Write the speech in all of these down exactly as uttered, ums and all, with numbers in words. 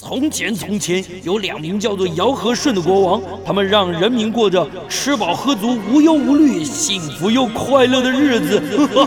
从前，从前有两名叫做尧和舜的国王，他们让人民过着吃饱喝足、无忧无虑、幸福又快乐的日子。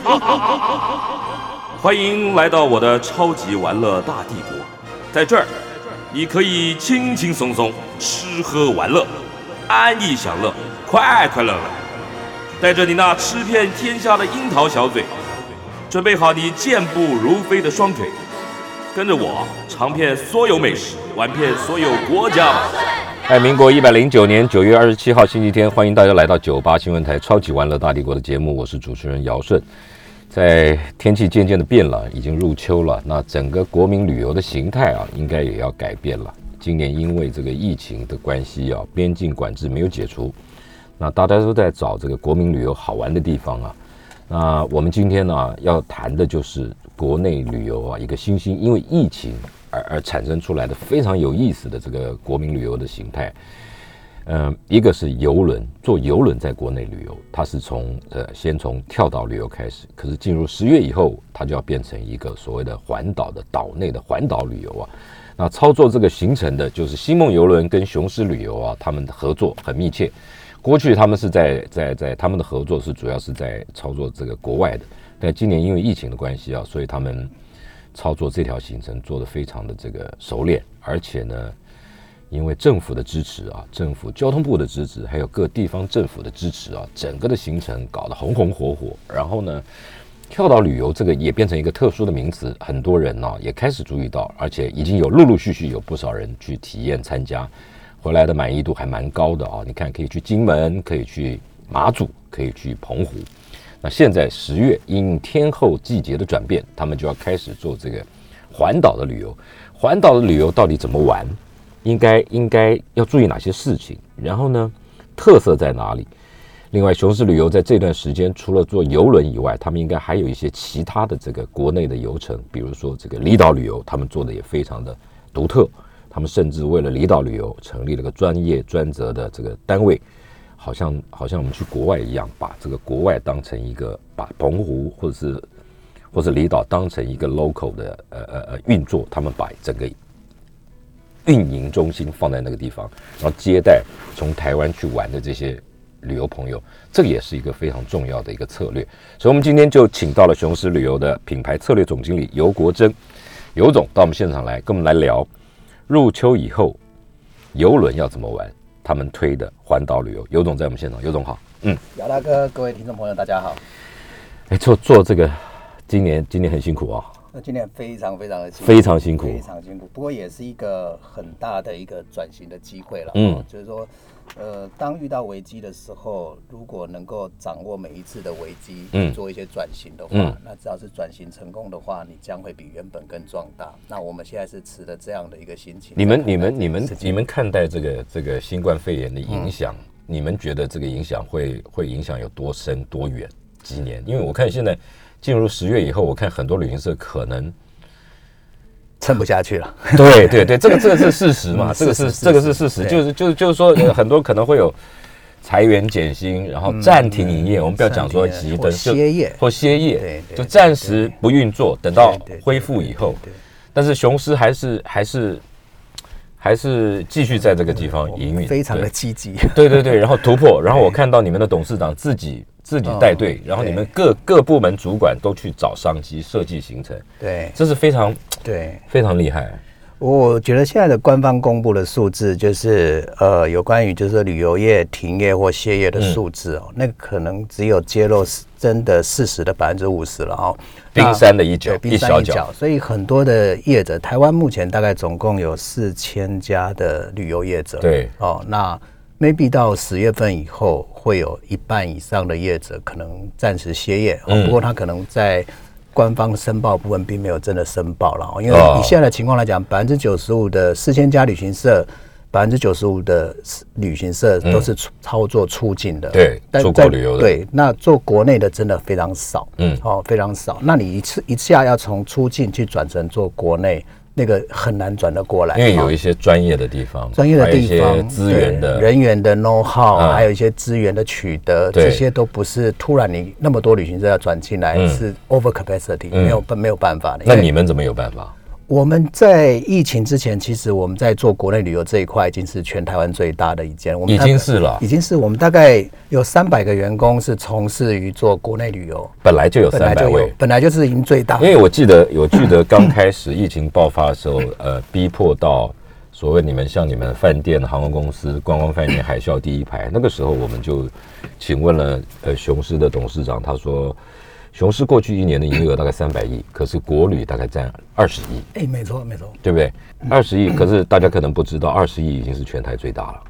欢迎来到我的超级玩乐大帝国，在这儿，你可以轻轻松松吃喝玩乐，安逸享乐，快快乐乐。带着你那吃遍天下的樱桃小嘴，准备好你健步如飞的双腿，跟着我尝遍所有美食，玩遍所有国家吧。 在民国一百零九年九月二十七号星期天，欢迎大家来到九八新闻台超级玩乐大帝国的节目，我是主持人姚顺。在天气渐渐的变了，已经入秋了，那整个国民旅游的形态啊，应该也要改变了。今年因为这个疫情的关系啊，边境管制没有解除，那大家都在找这个国民旅游好玩的地方啊。那我们今天呢要谈的就是国内旅游啊一个新兴因为疫情而而产生出来的非常有意思的这个国民旅游的形态。嗯，一个是邮轮，坐邮轮在国内旅游，它是从呃先从跳岛旅游开始，可是进入十月以后，它就要变成一个所谓的环岛的岛内的环岛旅游啊。那操作这个行程的就是星梦邮轮跟雄狮旅游啊，他们的合作很密切。过去他们是在在在他们的合作是主要是在操作这个国外的，但今年因为疫情的关系啊，所以他们操作这条行程做得非常的这个熟练，而且呢。因为政府的支持啊，政府交通部的支持，还有各地方政府的支持啊，整个的行程搞得红红火火。然后呢，跳岛旅游这个也变成一个特殊的名词，很多人呢、啊、也开始注意到，而且已经有陆陆续续有不少人去体验参加，回来的满意度还蛮高的啊。你看，可以去金门，可以去马祖，可以去澎湖。那现在十月因天候季节的转变，他们就要开始做这个环岛的旅游。环岛的旅游到底怎么玩？应该应该要注意哪些事情？然后呢，特色在哪里？另外，雄狮旅游在这段时间除了做邮轮以外，他们应该还有一些其他的这个国内的游程，比如说这个离岛旅游，他们做的也非常的独特。他们甚至为了离岛旅游成立了个专业专责的这个单位，好像好像我们去国外一样，把这个国外当成一个，把澎湖或者是或者离岛当成一个 local 的呃呃呃运作，他们把整个运营中心放在那个地方，然后接待从台湾去玩的这些旅游朋友，这个也是一个非常重要的一个策略。所以我们今天就请到了雄狮旅游的品牌策略总经理游国珍，游总到我们现场来跟我们来聊入秋以后邮轮要怎么玩，他们推的环岛旅游。游总在我们现场，游总好。嗯， 姚大哥，各位听众朋友大家好。 哎，做做这个今年今年很辛苦啊、哦。 那今年非常非常的辛苦， 非常辛苦， 非常辛苦。不过也是一个很大的一个转型的机会了。 嗯， 就是说，呃，当遇到危机的时候，如果能够掌握每一次的危机，嗯，做一些转型的话，嗯、那只要是转型成功的话，你将会比原本更壮大。那我们现在是持着这样的一个心情。 你们、你们、你们、你们看待这个这个新冠肺炎的影响，嗯、你们觉得这个影响会会影响有多深多远？几年？因为我看现在。进入十月以后，我看很多旅行社可能撑不下去了。 对对对，这个这个是事实嘛，这个是这个是事实，就是就是就是说，很多可能会有裁员减薪，然后暂停营业。我们不要讲说急等歇业或歇业，就暂时不运作，等到恢复以后。但是雄狮还是还是还是继续在这个地方营运， 非常的积极。 对对对，然后突破。然后我看到你们的董事长自己。自己带队，哦、然后你们各各部门主管都去找商机设计行程， 对， 这是非常对非常厉害。 我觉得现在的官方公布的数字，就是呃有关于就是旅游业停业或歇业的数字哦，嗯、那个可能只有揭露真的事实的百分之五十了哦， 冰山的一角， 冰山一角。所以很多的业者，台湾目前大概总共有四千家的旅游业者， 对哦，那。maybe 到十月份以后，会有一半以上的业者可能暂时歇业，嗯、不过他可能在官方申报部分并没有真的申报了，因为以现在的情况来讲，百分之九十五的四千家旅行社，百分之九十五的旅行社都是操作出境的， 嗯、对，出国旅游的， 对，那做国内的真的非常少，嗯，哦，非常少。那你一次一下要从出境去转成做国内。那个很难转得过来， 因为有一些专业的地方， 专业的地方， 资源的人员的 know how，、嗯、还有一些资源的取得，这些都不是突然你那么多旅行社要转进来、嗯、是 over capacity，、嗯、没有没有办法的。 那你们怎么有办法？ 我们在疫情之前，其实我们在做国内旅游这一块，已经是全台湾最大的一间。我们已经是了， 已经是我们大概有三百个员工是从事于做国内旅游， 本来就有三百位， 本来就是已经最大。 因为我记得，我记得刚开始疫情爆发的时候，呃，逼迫到所谓你们像你们饭店、航空公司、观光饭店、海啸第一排，那个时候我们就请问了呃雄狮的董事长，他说。雄狮过去一年的营业额大概三百亿，可是国旅大概占二十亿。 哎，没错没错， 对不对？二十亿，可是大家可能不知道，二十亿已经是全台最大了。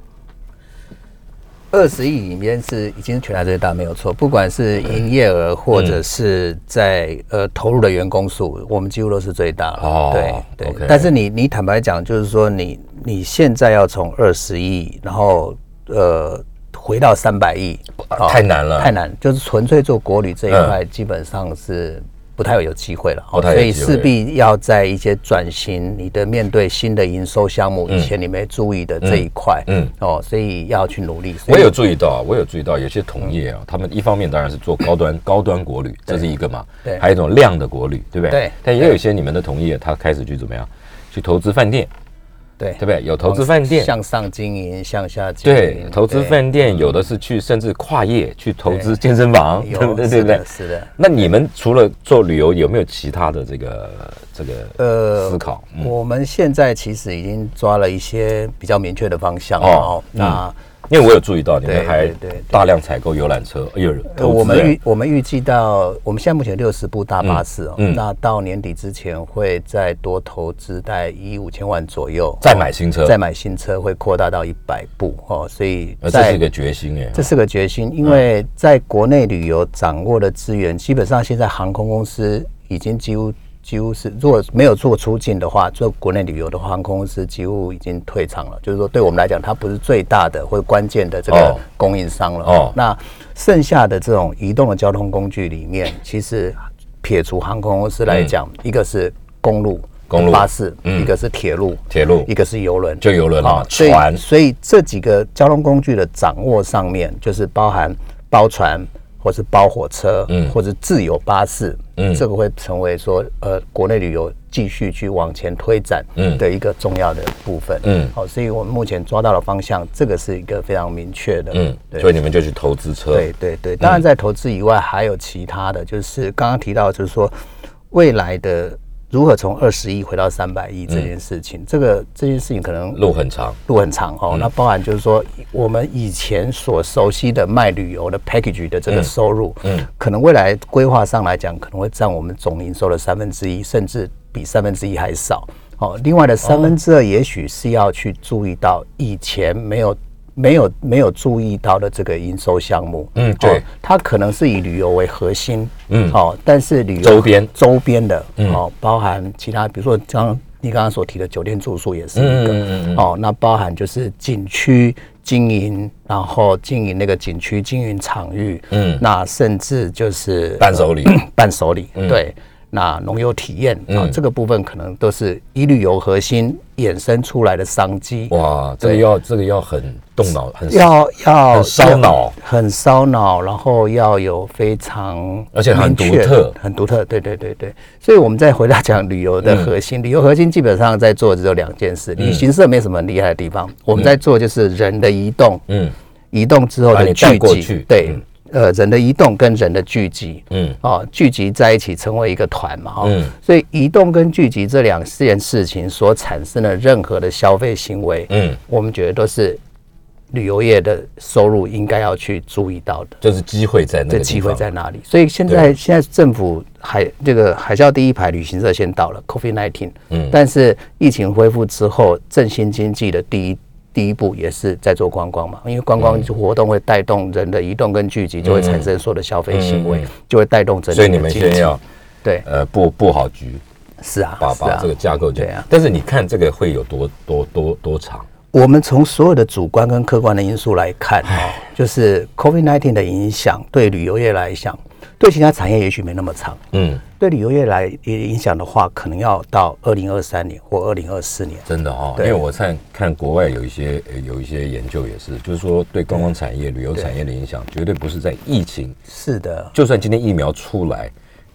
二十亿里面是已经是全台最大，没有错。不管是营业额或者是在、嗯、呃投入的员工数，我们几乎都是最大了。哦，对对。Okay. 但是你你坦白讲，就是说你你现在要从二十亿，然后呃。回到三百亿、 哦，太难了， 太难，就是纯粹做国旅这一块，基本上是不太有机会了。 嗯、 所以势必要在一些转型，你的面对新的营收项目，嗯、以前你没注意的这一块，嗯，嗯哦，所以要去努力。 我有注意到，我有注意到，有些同业啊，嗯、他们一方面当然是做高端高端国旅，这是一个嘛，对，还有一种量的国旅，对不对？对。但也有一些你们的同业，他开始去怎么样，去投资饭店。 对， 对不对？有投资饭店， 向上经营，向下经营。 对，投资饭店有的是去，甚至跨业去投资健身房，对不对？对不对？ 是的。 那你们除了做旅游，有没有其他的这个这个呃思考？ 嗯、我们现在其实已经抓了一些比较明确的方向了。哦，那。 嗯因为我有注意到你们还大量采购游览车，哎呦， 我们预我们预计到我们现在目前六十部大巴士哦，嗯嗯、那到年底之前会再多投资大概一五千万左右， 再买新车， 再买新车会扩大到一百部哦，所以这是个决心哎， 这是个决心，因为在国内旅游掌握的资源，基本上现在航空公司已经几乎。几乎是，如果没有做出境的话，做国内旅游的话，航空公司几乎已经退场了。就是说，对我们来讲，它不是最大的或者关键的这个供应商了。哦，那剩下的这种移动的交通工具里面，其实撇除航空公司来讲，嗯、一个是公路、公路巴士，嗯、一个是铁路、 铁路， 一个是邮轮， 就邮轮了嘛， 船。所以这几个交通工具的掌握上面，就是包含包船。或是包火车，嗯，或者自有巴士，嗯，这个会成为说，呃，国内旅游继续去往前推展的一个重要的部分，嗯，好，所以我们目前抓到的方向，这个是一个非常明确的， 嗯，所以你们就去投资车， 对对对，当然在投资以外，还有其他的就是刚刚提到，就是说未来的。如何从二十亿回到三百亿这件事情，嗯、这个这件事情可能路很长， 路很长哦。嗯、那包含就是说，我们以前所熟悉的卖旅游的 package 的这个收入，嗯，嗯可能未来规划上来讲，可能会占我们总营收的三分之一，甚至比三分之一还少。哦，另外的三分之二，也许是要去注意到以前没有。没有没有注意到的这个营收项目，嗯，对，哦、它可能是以旅游为核心，嗯，哦，但是旅游周边周边的，嗯、哦，包含其他，比如说刚你刚刚所提的酒店住宿也是一个，嗯嗯嗯哦，那包含就是景区经营，然后经营那个景区经营场域，嗯，那甚至就是伴手礼， 呃、伴手礼，嗯、对。那农游体验啊，嗯、这个部分可能都是以旅游核心衍生出来的商机。 哇，这个要这个要很动脑，很要要很烧脑， 很烧脑，然后要有非常而且很独特， 很独特。对对对对，所以我们再回到讲旅游的核心，嗯、旅游核心基本上在做的只有两件事，旅行社没什么很厉害的地方，嗯、我们在做就是人的移动，嗯，移动之后的聚集，对。嗯呃，人的移动跟人的聚集，嗯，哦，聚集在一起成为一个团嘛，嗯，所以移动跟聚集这两件事情所产生的任何的消费行为，嗯，我们觉得都是旅游业的收入应该要去注意到的， 就是机会在那个地方， 这机会在哪里？所以现在现在政府海这个海啸第一排旅行社先到了 COVID 十九， 嗯，但是疫情恢复之后，振兴经济的第一。第一步也是在做观光嘛，因为观光活动会带动人的移动跟聚集，就会产生所有的消费行为，嗯嗯嗯、就会带动整体的经济。 所以你们先要对呃布布好局， 是啊， 把把这个架构对啊。但是你看这个会有多多多多长？ 我们从所有的主观跟客观的因素来看哦，就是 COVID 十九 的影响对旅游业来讲，对其他产业也许没那么长，嗯。对旅游业来影响的话，可能要到二零二三年或二零二四年。 真的哦，因为我看看国外有一些有一些研究也是，就是说对观光产业、旅游产业的影响，绝对不是在疫情。 是的， 就算今天疫苗出来，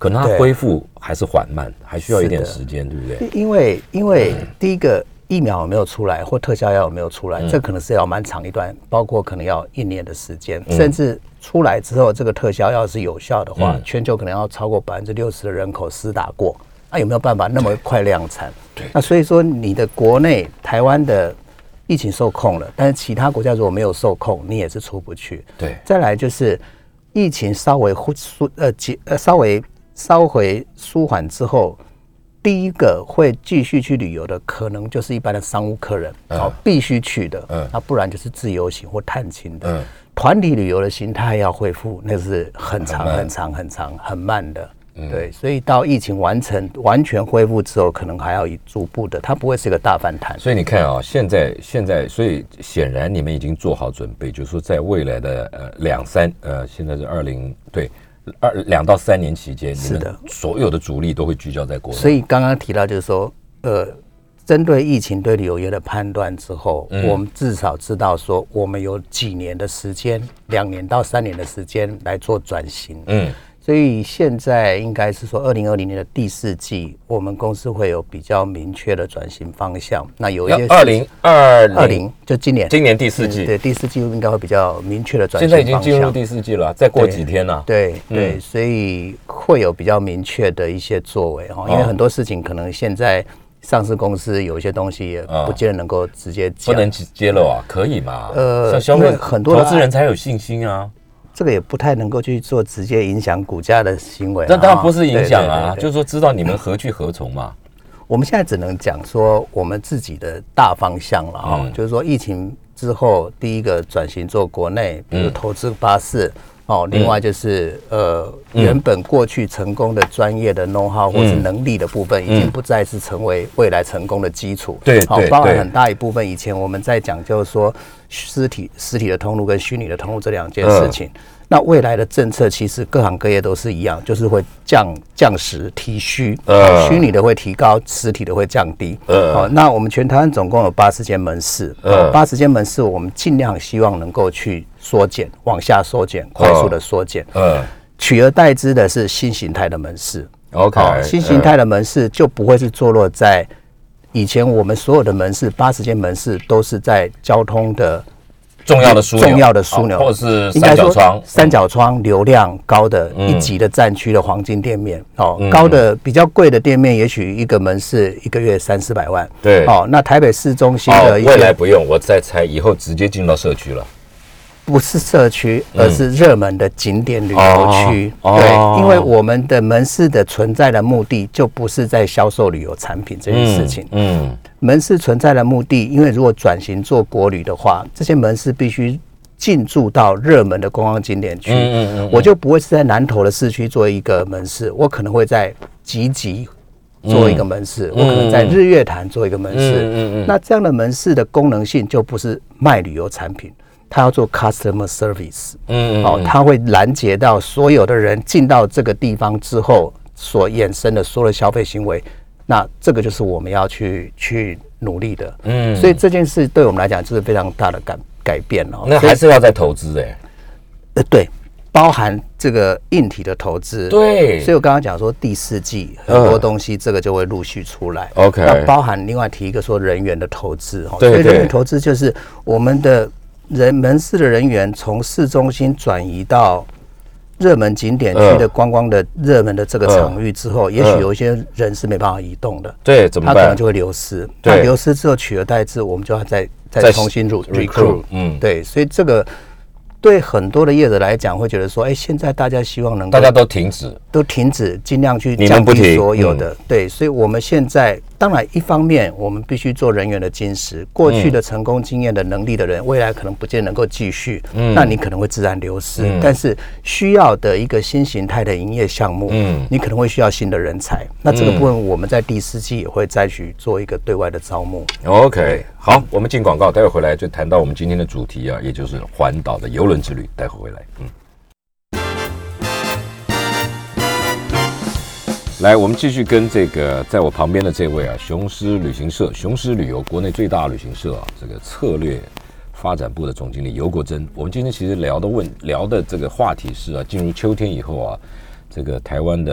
可能它恢复还是缓慢，还需要一点时间，对不对？ 因为因为第一个疫苗有没有出来，或特效药有没有出来，嗯、这可能是要蛮长一段，包括可能要一年的时间，嗯、甚至出来之后，这个特效药是有效的话，嗯、全球可能要超过百分之六十的人口施打过，那、啊、有没有办法那么快量产？对，那所以说你的国内台湾的疫情受控了，但是其他国家如果没有受控，你也是出不去。 对， 再来就是疫情稍微舒呃呃稍微。稍微舒缓之后，第一个会继续去旅游的，可能就是一般的商务客人，哦、嗯，必须去的，嗯，那不然就是自由行或探亲的，嗯，团体旅游的形态要恢复，那是很长很长很长很慢的，嗯、对，所以到疫情完成完全恢复之后，可能还要以逐步的，它不会是一个大反弹。 所以你看啊、哦，现在现在，所以显然你们已经做好准备，就是说在未来的呃两三呃，现在是二零对。二两到三年期间， 是的， 所有的主力都会聚焦在国内。 所以刚刚提到就是说，呃，针对疫情对旅游业的判断之后，嗯、我们至少知道说，我们有几年的时间，两年到三年的时间来做转型。嗯。所以现在应该是说，二零二零年的第四季，我们公司会有比较明确的转型方向。那有一些二零二二零就今年， 今年第四季， 对第四季应该会比较明确的转型方向。 现在已经进入第四季了，再过几天呢、啊？ 对对、嗯，所以会有比较明确的一些作为哈，因为很多事情可能现在上市公司有一些东西也不见得能够直接讲、 哦、不能揭露啊，可以吗？ 呃， 像消费很多投资人才有信心啊。 这个也不太能够去做直接影响股价的行为、啊， 这当然不是影响啊，就是说知道你们何去何从嘛。 我们现在只能讲说我们自己的大方向了啊、嗯，就是说疫情之后，第一个转型做国内，比如投资巴士。嗯哦，另外就是、嗯、呃，原本过去成功的专业的 know how 或是能力的部分，已经不再是成为未来成功的基础。 对、嗯，好、 哦，包含很大一部分以前我们在讲，就是说实体实体的通路跟虚拟的通路这两件事情。嗯、那未来的政策其实各行各业都是一样，就是会降降实提虚，呃，虚拟的会提高，实体的会降低。呃，好、哦，那我们全台湾总共有八十间门市，呃，八十间门市，我们尽量希望能够去缩减，往下缩减，快速的缩减。呃，呃取而代之的是新形态的门市。 OK，、哦、 新形态的门市就不会是坐落在以前我们所有的门市，八十间门市都是在交通的。 重要的枢纽， 重要的枢纽， 或者是三角窗， 三角窗流量高的一级的战区的黄金店面，哦， 嗯、 高的比较贵的店面，也许一个门市一个月三四百万， 对， 哦，那台北市中心的、 哦，未来不用，我再猜，以后直接进到社区了。 不是社区，而是热门的景点旅游区。嗯、对、哦，因为我们的门市的存在的目的，就不是在销售旅游产品这件事情。嗯，嗯门市存在的目的，因为如果转型做国旅的话，这些门市必须进驻到热门的观光景点区。嗯嗯嗯，我就不会是在南投的市区做一个门市，我可能会在集集做一个门市，嗯、我可能在日月潭做一个门市。嗯嗯嗯，那这样的门市的功能性就不是卖旅游产品。他要做 customer service， 嗯, 嗯，哦，他会拦截到所有的人进到这个地方之后所衍生的所有的消费行为，那这个就是我们要去去努力的，嗯，所以这件事对我们来讲就是非常大的改改变哦。 那还是要再投资哎、欸， 呃，对，包含这个硬体的投资， 对， 所以我刚刚讲说第四季很多东西这个就会陆续出来 ，OK，、 嗯、那包含另外提一个说人员的投资，所以人员投资就是我们的。人门市的人员从市中心转移到热门景点区的观光的热门的这个场域之后，呃、也许有一些人是没办法移动的， 对，怎么办？ 他可能就会流失。那流失之后取而代之，我们就要再再重新入 recruit。嗯，对，所以这个对很多的业者来讲，会觉得说，哎，现在大家希望能够大家都停止， 都停止，尽量去降低所有的。嗯、对，所以我们现在。当然，一方面我们必须做人员的精实，过去的成功经验的能力的人，未来可能不见能够继续，嗯、那你可能会自然流失。嗯、但是需要的一个新形态的营业项目，嗯、你可能会需要新的人才。那这个部分我们在第四季也会再去做一个对外的招募。 OK， 好，我们进广告，待会回来就谈到我们今天的主题啊，也就是环岛的邮轮之旅。待会回来，嗯。来，我们继续跟这个在我旁边的这位啊，雄狮旅行社、雄狮旅游国内最大旅行社啊，这个策略发展部的总经理游国珍。我们今天其实聊的问聊的这个话题是啊，进入秋天以后啊，这个台湾的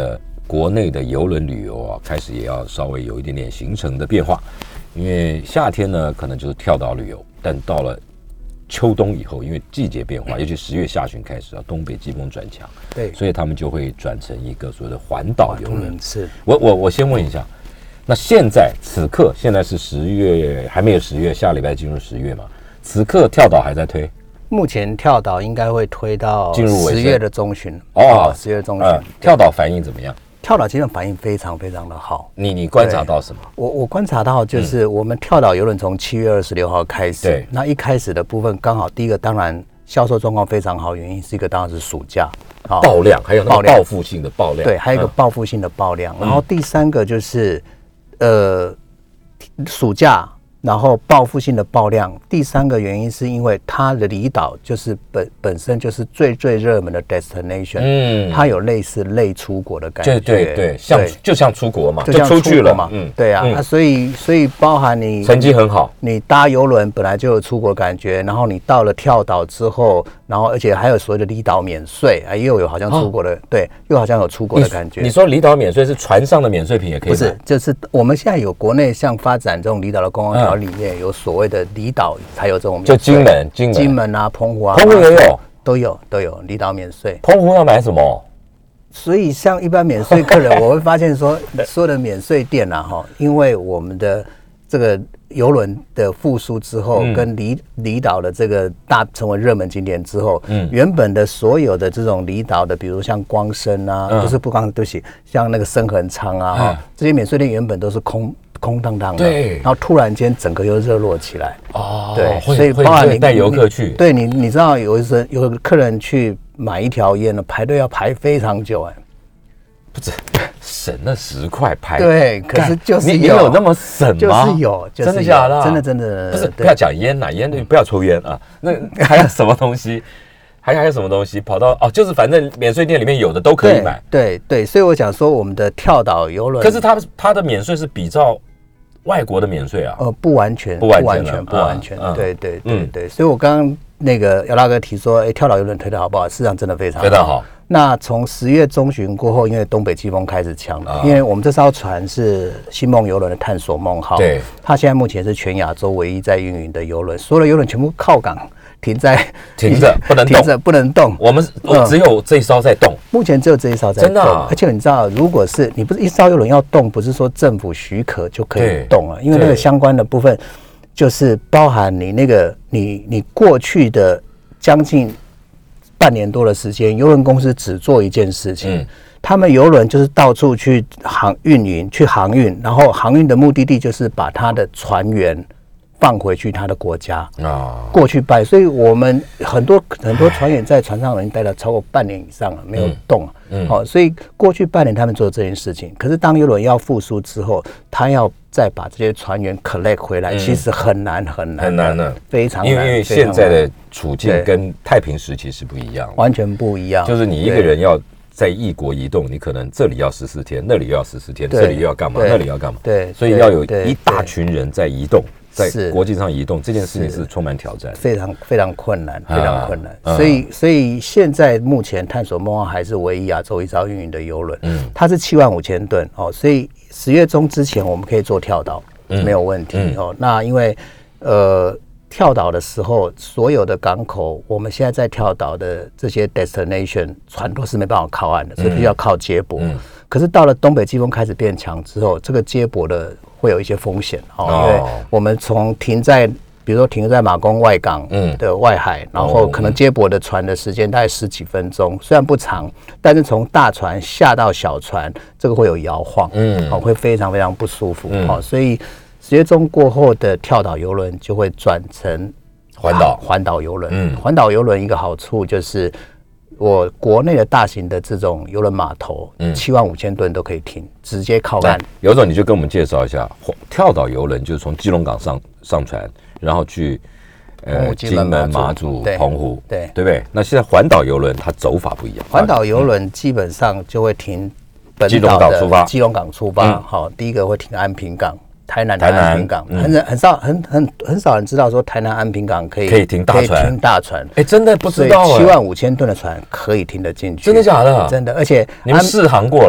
国内的邮轮旅游啊，开始也要稍微有一点点行程的变化。因为夏天呢，可能就是跳岛旅游，但到了秋冬以后，因为季节变化，尤其十月下旬开始啊，东北季风转强， 对， 所以他们就会转成一个所谓的环岛邮轮。 嗯、是我我我先问一下，那现在此刻现在是十月，还没有十月，下礼拜进入十月嘛？此刻跳岛还在推？ 目前跳岛应该会推到进入十月的中旬哦， 十月中旬、 呃。跳岛反应怎么样？ 跳岛基本反应非常非常的好。 你你观察到什么？ 我我观察到就是我们跳岛邮轮从七月二十六号开始， 对， 那一开始的部分刚好第一个当然销售状况非常好，原因是一个当然是暑假， 爆量，还有那个报复性的爆量， 对，还有一个报复性的爆量。嗯、然后第三个就是呃暑假。然后报复性的爆量，第三个原因是因为它的离岛就是本本身就是最最热门的 destination， 嗯，它有类似类出国的感觉， 对对对，像就像出国嘛， 就像出去了嘛，嗯，对啊，嗯、啊所以所以包含你成绩很好， 你搭邮轮本来就有出国感觉，然后你到了跳岛之后，然后而且还有所谓的离岛免税啊，又有好像出国的，哦、对，又好像有出国的感觉。 你, 你说离岛免税是船上的免税品也可以？ 不是，就是我们现在有国内像发展这种离岛的观光条里面有所谓的离岛才有这种免税， 就金门、金门、 金门啊、澎湖啊， 澎湖也有， 都有都有离岛免税。 澎湖要买什么？ 所以像一般免税客人，我会发现说，所有的免税店啊，哈，因为我们的这个邮轮的复苏之后，嗯、跟离离岛的这个大成为热门景点之后，嗯，原本的所有的这种离岛的，比如像光生啊，嗯、不是不光对不起，像那个深恒昌啊，哈、嗯，这些免税店原本都是空。空荡荡的，对，然后突然间整个又热络起来，哦，对，所以包含你带游客去， 对你，你知道有一次有客人去买一条烟呢，排队要排非常久，哎， 不止省那十块排， 对，可是就是有， 你有那么省吗？ 就是有，就是有真的假的？ 真的真的， 不是不要讲烟啦，烟不要抽烟啊，那还有什么东西？还还有什么东西跑到哦，就是反正免税店里面有的都可以买， 对 对, 对，所以我想说我们的跳岛邮轮， 可是它它的免税是比照外国的免税啊， 呃，不完全， 不完全， 不完全，嗯、对对对对，嗯、所以我刚刚那个姚大哥提说，哎，跳岛邮轮推的好不好？事实上真的非常好非常好。 那从十月中旬过后，因为东北季风开始强了，啊、因为我们这艘船是新梦邮轮的探索梦号， 对， 它现在目前是全亚洲唯一在运营的邮轮，所有的邮轮全部靠港。停在停着不能动， 停着不能动。 我们我只有这一艘在动， 嗯、目前只有这一艘在动。真的、啊，而且你知道，如果是你不是一艘邮轮要动，不是说政府许可就可以动了，因为那个相关的部分就是包含你那个你你过去的将近半年多的时间，邮轮公司只做一件事情。嗯，他们邮轮就是到处去航运营，去航运，然后航运的目的地就是把他的船员放回去他的国家啊，过去拜，所以我们很多很多船员在船上已经待了超过半年以上了，没有动了。嗯，好、嗯哦，所以过去半年他们做这件事情，可是当邮轮要复苏之后，他要再把这些船员 collect 回来，嗯、其实很难很难很难的， 非常难。 因为因为现在的处境跟太平时期是不一样， 完全不一样。 就是你一个人要在异国移动，你可能这里要十四天，那里又要十四天，这里又要干嘛，那里要干嘛？对，所以要有一大群人在移动。在国际上移动这件事情是充满挑战， 非常非常困难，非常困难。啊、所以，所以现在目前探索梦号还是唯一亚洲一艘运营的邮轮，嗯，它是七万五千吨哦，所以十月中之前我们可以做跳岛，嗯、没有问题、嗯、哦。那因为呃跳岛的时候，所有的港口，我们现在在跳岛的这些 destination 船都是没办法靠岸的，所以必须要靠接驳。嗯嗯、可是到了东北季风开始变强之后，这个接驳的会有一些风险哦，因为我们从停在，比如说停在马公外港的外海，嗯、然后可能接驳的船的时间大概十几分钟，虽然不长，但是从大船下到小船，这个会有摇晃，嗯，哦，会非常非常不舒服，嗯、哦，所以十月中过后的跳岛邮轮就会转成环岛环岛邮轮，嗯，环岛邮轮一个好处就是。我国内的大型的这种邮轮码头，嗯，七万五千吨都可以停，直接靠岸。 尤总，你就跟我们介绍一下，跳岛邮轮就是从基隆港上上船，然后去呃金门、马祖、澎湖，对对不对？那现在环岛邮轮它走法不一样， 环岛邮轮基本上就会停本岛的基隆港出发，好，第一个会停安平港。台南的安平港，嗯、很很少很很很少人知道说台南安平港可以可以停大船， 停大船， 哎、欸，真的不知道， 七万五千吨的船可以停得进去， 真的假的？ 真的，而且你们试航过了。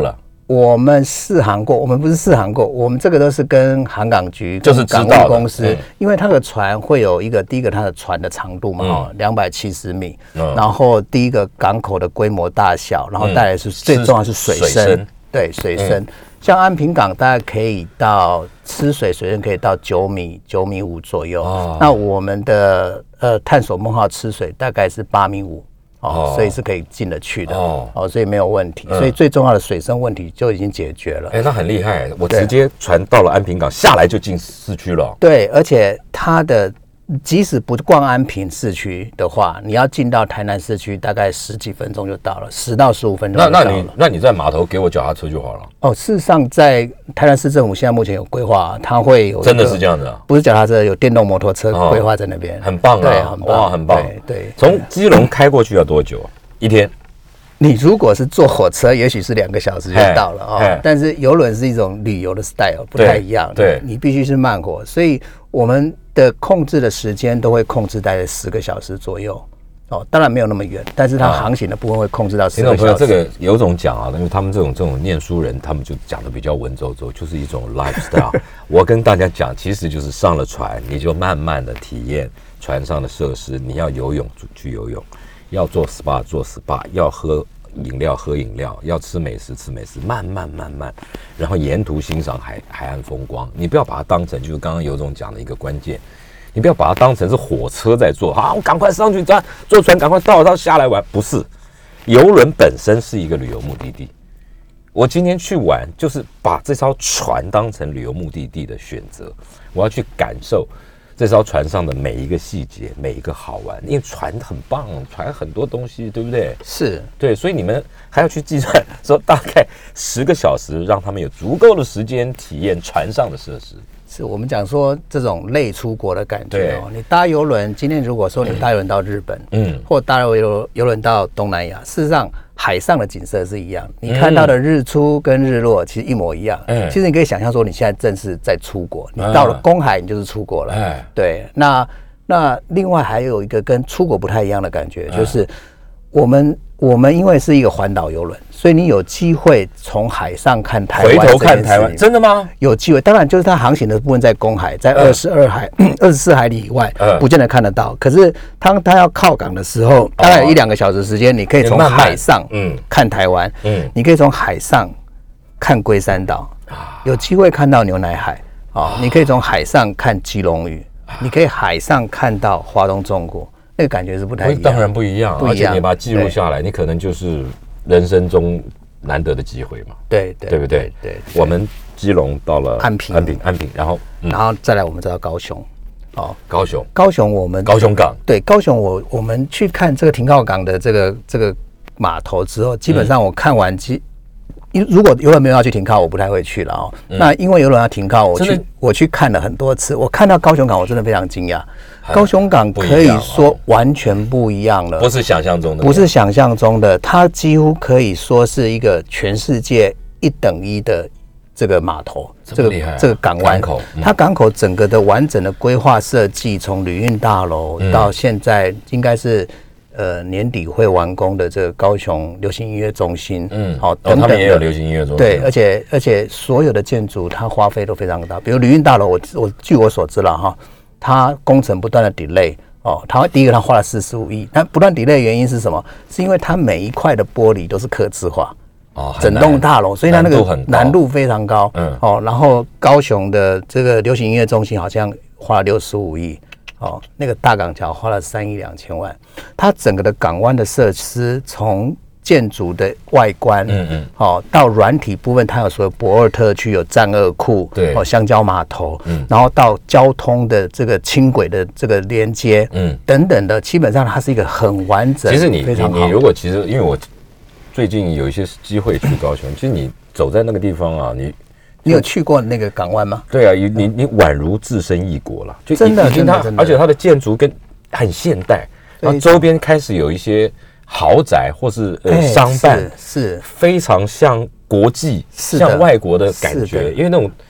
我们试航过，我们不是试航过，我们这个都是跟航港局、 就是港务公司，嗯、因为它的船会有一个，第一个它的船的长度嘛，哦、嗯，两百七十米，嗯，然后第一个港口的规模大小，然后再来是、嗯、最重要是水深，水深对水深、嗯，像安平港大概可以到吃水水深可以到九米九米五左右，哦，那我们的呃探索梦号吃水大概是八米五。哦，所以是可以进得去的哦，哦，所以没有问题，嗯、所以最重要的水深问题就已经解决了。 哎、欸，那很厉害，我直接船到了安平港，下来就进市区了。 对，而且它的即使不逛安平市区的话，你要进到台南市区，大概十几分钟就到了，十到十五分钟就到了。 那那你那你在码头给我脚踏车就好了。 哦，事实上，在台南市政府现在目前有规划，它会有真的是这样子啊， 不是脚踏车，有电动摩托车规划在那边、哦， 很棒啊， 对，很棒， 哇，很棒。 对对， 从基隆开过去要多久啊？一天？ 你如果是坐火车，也许是两个小时就到了哦。但是邮轮是一种旅游的 style， 不太一样。 对， 你必须是慢火，所以我们的控制的时间都会控制大概十个小时左右。哦，当然没有那么远，但是它航行的部分会控制到十个小时。听众朋友， 这个有种讲啊，因为他们这种这种念书人，他们就讲的比较文绉绉，就是一种 lifestyle。我跟大家讲，其实就是上了船，你就慢慢的体验船上的设施。你要游泳去游泳。要做 S P A 做 S P A， 要喝饮料喝饮料，要吃美食吃美食，慢慢慢慢，然后沿途欣赏海海岸风光。你不要把它当成就是刚刚尤总讲的一个关键，你不要把它当成是火车在坐，好，我赶快上去坐坐船，赶快到到下来玩。不是，邮轮本身是一个旅游目的地。我今天去玩，就是把这艘船当成旅游目的地的选择，我要去感受这艘船上的每一个细节，每一个好玩，因为船很棒，船很多东西，对不对？ 是， 对，所以你们还要去计算说大概十个小时，让他们有足够的时间体验船上的设施。 是我们讲说这种类出国的感觉哦。你搭邮轮，今天如果说你搭邮轮到日本，嗯，或搭邮邮轮到东南亚，事实上海上的景色是一样，你看到的日出跟日落其实一模一样。嗯，其实你可以想象说，你现在正是在出国，你到了公海，你就是出国了。哎，对，那那另外还有一个跟出国不太一样的感觉，就是我们我们因为是一个环岛邮轮，所以你有机会从海上看台湾， 回头看台湾，真的吗？ 有机会，当然就是它航行的部分在公海，在二十二海、二十四海里以外，不见得看得到。可是当它要靠港的时候，大概有一两个小时时间，你可以从海上嗯看台湾，嗯，你可以从海上看龟山岛，有机会看到牛奶海啊，你可以从海上看基隆屿，你可以海上看到华东纵谷。那个感觉是不太一样， 当然不一样，而且你把它记录下来，你可能就是人生中难得的机会嘛。 对对， 对不对？对，我们基隆到了安平， 安平，安平，然后、 嗯、然后再来我们再到高雄， 哦，高雄， 高雄我们高雄港， 对，高雄我我们去看这个停靠港的这个这个码头之后，基本上我看完基。因如果邮轮没有要去停靠，我不太会去了哦。嗯、那因为邮轮要停靠，我去我去看了很多次。我看到高雄港，我真的非常惊讶。高雄港可以说完全不一样了， 不是想象中的， 不是想象中的，它几乎可以说是一个全世界一等一的这个码头， 这个这个港湾口，嗯、它港口整个的完整的规划设计，从旅运大楼到现在应该是。呃，年底会完工的这个高雄流行音乐中心，嗯，好、哦， 等等、哦，他们也有流行音乐中心， 对，而且而且所有的建筑它花费都非常大，比如旅运大楼，我我据我所知了哈，它工程不断的 delay 哦，它第一个它花了四十五亿，它不断 delay 的原因是什么？是因为它每一块的玻璃都是客制化，哦，整栋大楼，所以它那个难度非常高，嗯，哦，然后高雄的这个流行音乐中心好像花了六十五亿。哦，那个大港桥花了三亿两千万，它整个的港湾的设施，从建筑的外观，嗯嗯，哦，到软体部分，它有所谓博尔特区有战二库，对，哦，香蕉码头，嗯，然后到交通的这个轻轨的这个连接，嗯，等等的，基本上它是一个很完整。 其实你你你如果其实因为我最近有一些机会去高雄，其实你走在那个地方啊，你。 你有去过那个港湾吗？ 对啊，你你你宛如置身异国了，就真的真的真的， 而且它的建筑跟很现代，然后周边开始有一些豪宅或是呃商办， 是非常像国际、像外国的感觉，因为那种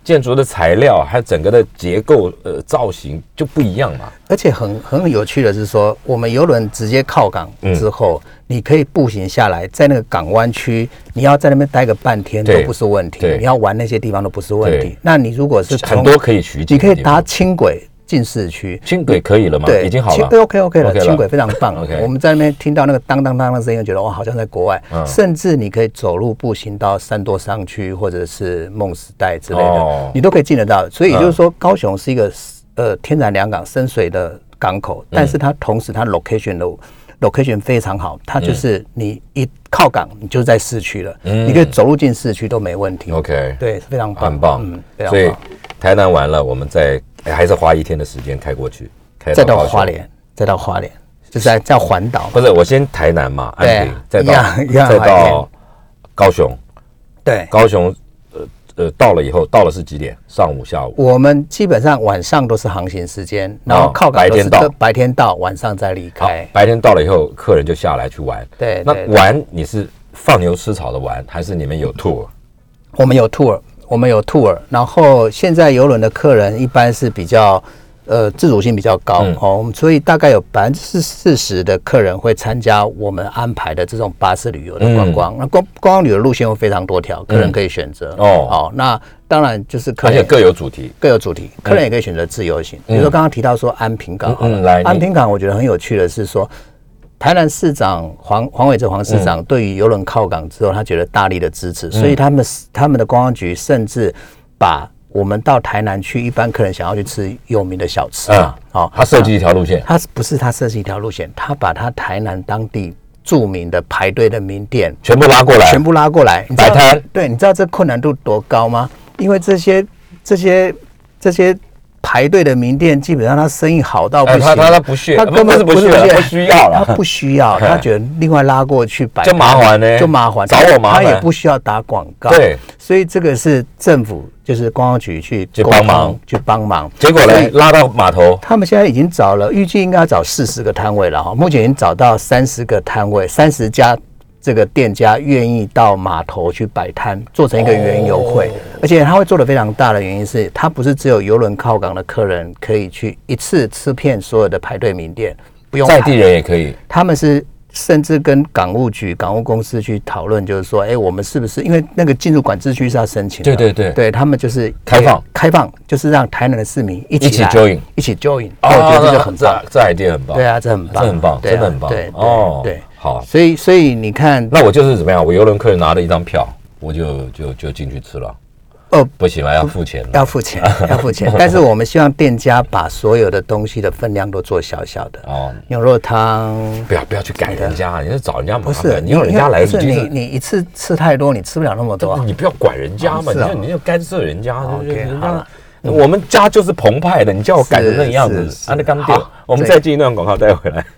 建筑的材料还有整个的结构呃造型就不一样嘛。 而且很很有趣的是说，我们邮轮直接靠港之后，嗯、你可以步行下来，在那个港湾区，你要在那边待个半天都不是问题，你要玩那些地方都不是问题。那你如果是很多可以取景， 你可以搭轻轨进市区， 轻轨可以了吗？对，已经好了。 对 ，OK OK 了，轻轨非常棒。OK， 我们在那边听到那个当当当的声音，觉得哇，好像在国外。嗯、甚至你可以走路步行到三多商区或者是梦时代之类的，哦、你都可以进得到。所以也就是说，高雄是一个呃天然良港、深水的港口，但是它同时它 location 的 location 非常好，它就是你一靠港，你就在市区了，嗯、你可以走路进市区都没问题。 OK， 对，非常棒， 很棒。嗯，非常棒。所以台南完了，我们再。还是花一天的时间开过去，开再到花莲，再到花莲，就是在叫环岛。 不是，我先台南嘛，安平，再到再到高雄。 对， 高雄呃呃到了以后，到了是几点？上午、下午？ 我们基本上晚上都是航行时间，然后靠港都是白天到，晚上再离开。 白天到了以后，客人就下来去玩。 对， 那玩你是放牛吃草的玩，还是你们有 tour？ 我们有 tour。我们有 tour， 然后现在邮轮的客人一般是比较呃自主性比较高、嗯、哦，所以大概有百分之四十的客人会参加我们安排的这种巴士旅游的观光。那、嗯、观观光旅游路线有非常多条，客人可以选择、嗯、哦。好，那当然就是客人而且各有主题， 各有主题，客人也可以选择自由行。嗯、比如说刚刚提到说安平港，嗯，来安平港，我觉得很有趣的是说。台南市长黄黄伟哲黄市长对于邮轮靠港之后，他觉得大力的支持，嗯、所以他们他们的观光局甚至把我们到台南去，一般客人想要去吃有名的小吃嘛， 嗯、哦，他设计一条路线， 他不是他设计一条路线，他把他台南当地著名的排队的名店全部拉过来， 全部拉过来摆摊。 对，你知道这困难度多高吗？因为这些这些这些。排队的名店基本上他生意好到不行， 他他他不屑， 他根本不是不需要了， 他不需要，他觉得另外拉过去摆就麻烦呢， 就麻烦， 找我麻烦， 他也不需要打广告， 对， 所以这个是政府就是观光局去去帮忙去帮忙， 结果呢拉到码头， 他们现在已经找了，预计应该要找四十个摊位了哈，目前已经找到三十个摊位，三十家。这个店家愿意到码头去摆摊，做成一个园游会，哦、而且他会做的非常大的原因是，他不是只有邮轮靠港的客人可以去一次吃遍所有的排队名店，不用在地人也可以。 他们是甚至跟港务局、港务公司去讨论，就是说，哎，我们是不是因为那个进入管制区是要申请的？ 对对对， 对他们就是开放， 开放就是让台南的市民一起一起 join， 一起 join。 哦， 我觉得这个很棒， 这 idea 很棒。 对啊，这很棒， 这很棒，真的很棒。 对哦， 对。 好， 所以所以你看， 那我就是怎么样？我邮轮客人拿了一张票，我就就就进去吃了。哦，不行了，要付钱了， 要付钱，要付钱。但是我们希望店家把所有的东西的分量都做小小的。哦，牛肉汤， 不要不要去改人家，你是找人家麻烦。 不是， 你要人家来， 不是你你一次吃太多，你吃不了那么多。 你不要管人家嘛，你就你就干涉人家，人家。我们家就是澎湃的，你叫我改成那个样子，啊，那刚掉。我们再进一段广告，带回来。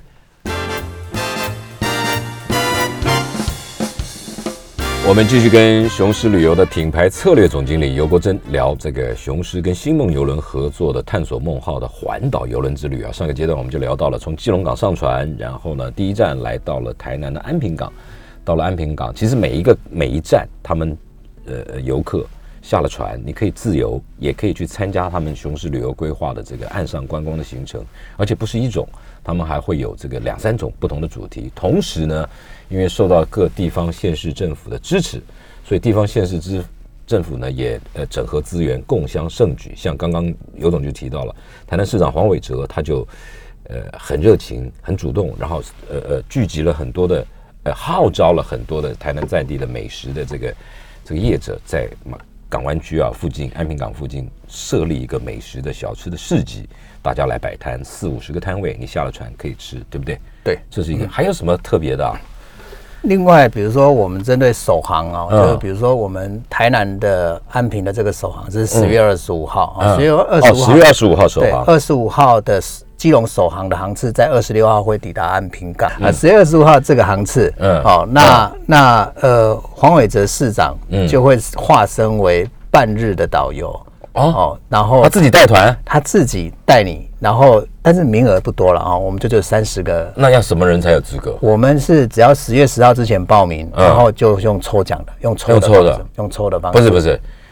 我们继续跟雄狮旅游的品牌策略总经理游国珍聊这个雄狮跟星梦邮轮合作的探索梦号的环岛邮轮之旅啊。上个阶段我们就聊到了从基隆港上船，然后呢第一站来到了台南的安平港，到了安平港，其实每一个每一站他们呃游客下了船，你可以自由，也可以去参加他们雄狮旅游规划的这个岸上观光的行程，而且不是一种，他们还会有这个两三种不同的主题。同时呢，因为受到各地方县市政府的支持，所以地方县市之政府呢也呃整合资源，共襄盛举。像刚刚尤总就提到了，台南市长黄伟哲他就呃很热情、很主动，然后呃呃聚集了很多的呃号召了很多的台南在地的美食的这个这个业者在港湾区啊附近，安平港附近设立一个美食的小吃的市集，大家来摆摊，四五十个摊位，你下了船可以吃，对不对？ 对， 这是一个。还有什么特别的啊？ 另外，比如说我们针对首航啊，嗯、就比如说我们台南的安平的这个首航是十月二十五号啊，十月二十五号， 十月二十五号首航， 二十五号的基隆首航的航次在二十六号会抵达安平港、嗯、啊。十月二十五号这个航次，嗯，好、哦，那、嗯、那呃，黄伟哲市长就会化身为半日的导游。哦, 哦，然后他自己带团， 他自己带你，然后但是名额不多了啊、哦，我们就就三十个。 那要什么人才有资格？ 我们是只要十月十号之前报名，嗯、然后就用抽奖的，用抽的，用抽的，用抽的方式。 不是不是，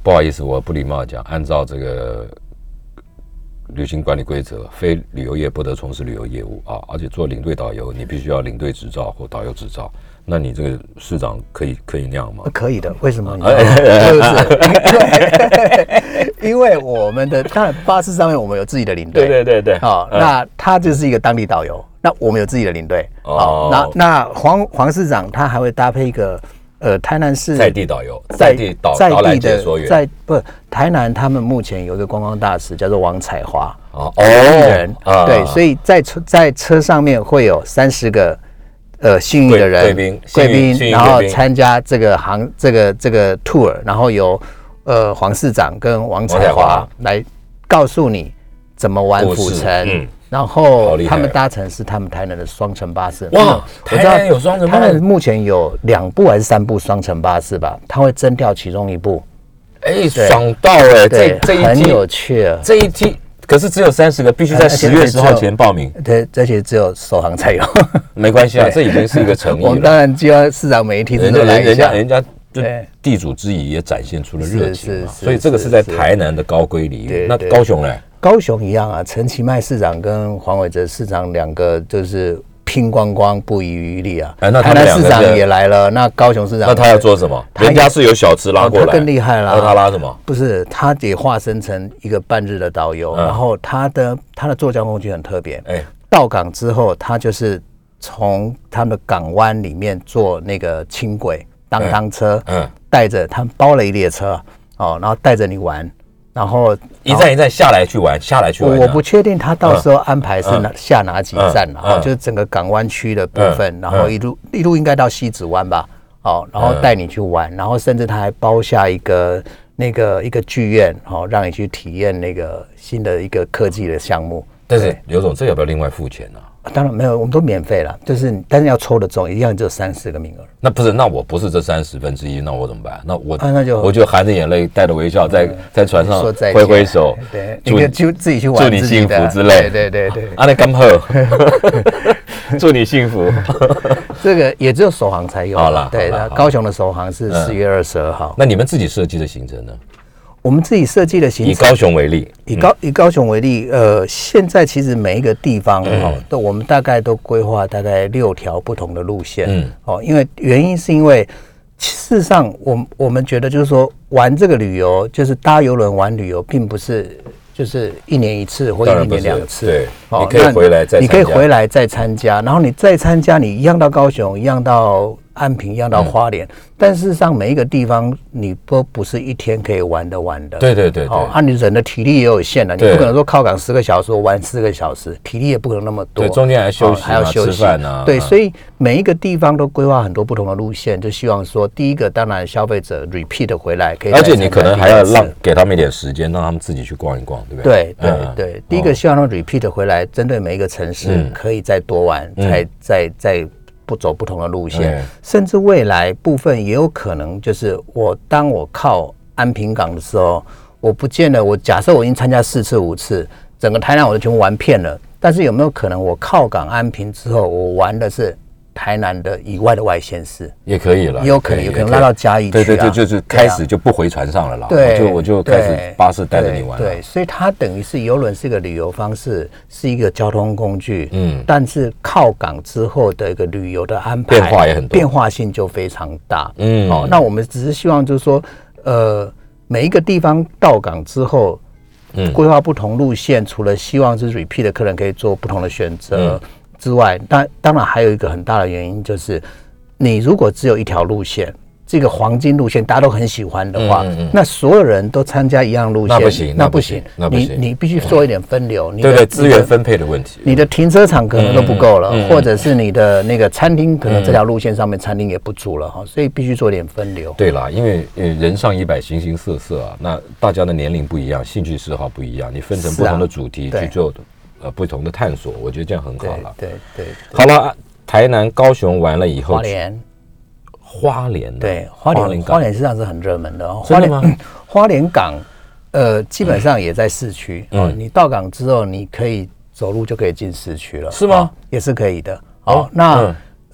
不好意思，我不礼貌讲，按照这个旅行管理规则，非旅游业不得从事旅游业务啊，而且做领队导游，你必须要领队执照或导游执照。那你这个市长可以可以那样吗？ 可以的，为什么？是不是？因为我们的当然巴士上面我们有自己的领队， 对对对对， 好，那他就是一个当地导游，那我们有自己的领队， 哦， 那那黄黄市长他还会搭配一个呃台南市在地导游，在地导导览解说员， 在不台南他们目前有一个观光大使叫做王彩华， 哦人， 哦， 对，所以在车在车上面会有三十个。呃，幸运的人， 贵宾， 贵宾，然后参加这个航这个这个 tour， 然后由呃黄市长跟王彩华来告诉你怎么玩府城，嗯，然后他们搭乘是他们台南的双层巴士。 哇，台南有双层巴士， 他们目前有两部还是三部双层巴士吧？他会征调其中一部。 哎，爽到哎，这这一很有趣， 这一梯。可是只有三十个，必须在十月十号前报名。 对，而且只有首航才有。 没关系啊，这已经是一个诚意了。 我们当然希望市长每一梯都来一下。 人家人家地主之谊也展现出了热情嘛。所以这个是在台南的高规礼遇。那高雄呢？ 高雄一样啊，陈其迈市长跟黄伟哲市长两个就是拼光光，不遗余力啊。台南市长也来了，那高雄市长那他要做什么？人家是有小吃拉过来， 他更厉害啦。 那他拉什么？ 不是，他也化身成一个半日的导游，然后他的他的坐交通工具很特别。哎，到港之后，他就是从他们的港湾里面坐那个轻轨当当车，嗯，带着他们包了一列车哦，然后带着你玩。然后一站一站下来去玩，下来去玩。 我不确定他到时候安排是哪下哪几站了，啊，就是整个港湾区的部分，然后一路一路应该到西子湾吧，哦，然后带你去玩，然后甚至他还包下一个那个一个剧院，哦，让你去体验那个新的一个科技的项目。 但是刘总，这要不要另外付钱呢？ 当然没有，我们都免费了，就是但是要抽得中，一样只有三十个名额。 那不是，那我不是这三十分之一，那我怎么办？那我、 啊、那就我就含着眼泪，带着微笑，在在船上挥挥手， 对，你可以就自己去玩， 祝你幸福之类， 对对对对。 啊，那刚好，祝你幸福。 这个也只有首航才有。好了，对，高雄的首航是四月二十二号。 那你们自己设计的行程呢？ 我们自己设计的行程， 以高雄为例， 以高、嗯、以高雄为例，呃，现在其实每一个地方哈、嗯，都我们大概都规划大概六条不同的路线，嗯，哦，因为原因是因为事实上，我我们觉得就是说玩这个旅游，就是搭邮轮玩旅游，并不是就是一年一次或一年两次， 对，哦，你可以回来再， 你可以回来再参加，然后你再参加，你一样到高雄，一样到安平，一样到花莲，嗯、但事实上每一个地方你都不是一天可以玩得完的。 对对对对， 哦，啊，你人的体力也有限的，你不可能说靠港十个小时我玩四个小时，体力也不可能那么多。 对，中间还休息、啊哦， 还要休息啊。 对，所以每一个地方都规划很多不同的路线，就希望说，第一个当然消费者 repeat 回来可以， 而且你可能还要让给他们一点时间，让他们自己去逛一逛，对不对？对对嗯、对，第一个希望让 repeat 回来，针对每一个城市可以再多玩，嗯、再再再。不走不同的路线，甚至未来部分也有可能，就是我当我靠安平港的时候，我不见得我假设我已经参加四次五次，整个台南我都全部玩遍了，但是有没有可能我靠港安平之后，我玩的是台南的以外的外县市？ 也可以了， 也有可能，有可能拉到嘉义去、啊。 对对对，就是开始就不回船上了啦， 对， 就我就开始巴士带着你玩了。 对，所以它等于是邮轮是一个旅游方式，是一个交通工具，嗯，但是靠港之后的一个旅游的安排变化也很多， 变化性就非常大，嗯，哦，那我们只是希望就是说，呃，每一个地方到港之后，嗯，规划不同路线，除了希望是 repeat 的客人可以做不同的选择。嗯之外，当当然还有一个很大的原因就是，你如果只有一条路线，这个黄金路线大家都很喜欢的话，嗯嗯、那所有人都参加一样路线， 那不行， 那不行， 那不行， 你你必须做一点分流， 嗯、对对，资源分配的问题， 你的停车场可能都不够了，嗯嗯、或者是你的那个餐厅，可能这条路线上面餐厅也不足了哈，所以必须做点分流。 对啦，因为人上一百，形形色色啊，那大家的年龄不一样，兴趣嗜好不一样，你分成不同的主题去做的。呃，不同的探索，我觉得这样很好了。 对 对, 对， 好了，台南、高雄完了以后， 花莲， 花莲对，花莲花莲实际上是很热门的。 真的吗？ 花莲港，呃，基本上也在市区。嗯，你到港之后，你可以走路就可以进市区了。 是吗？ 也是可以的。哦，那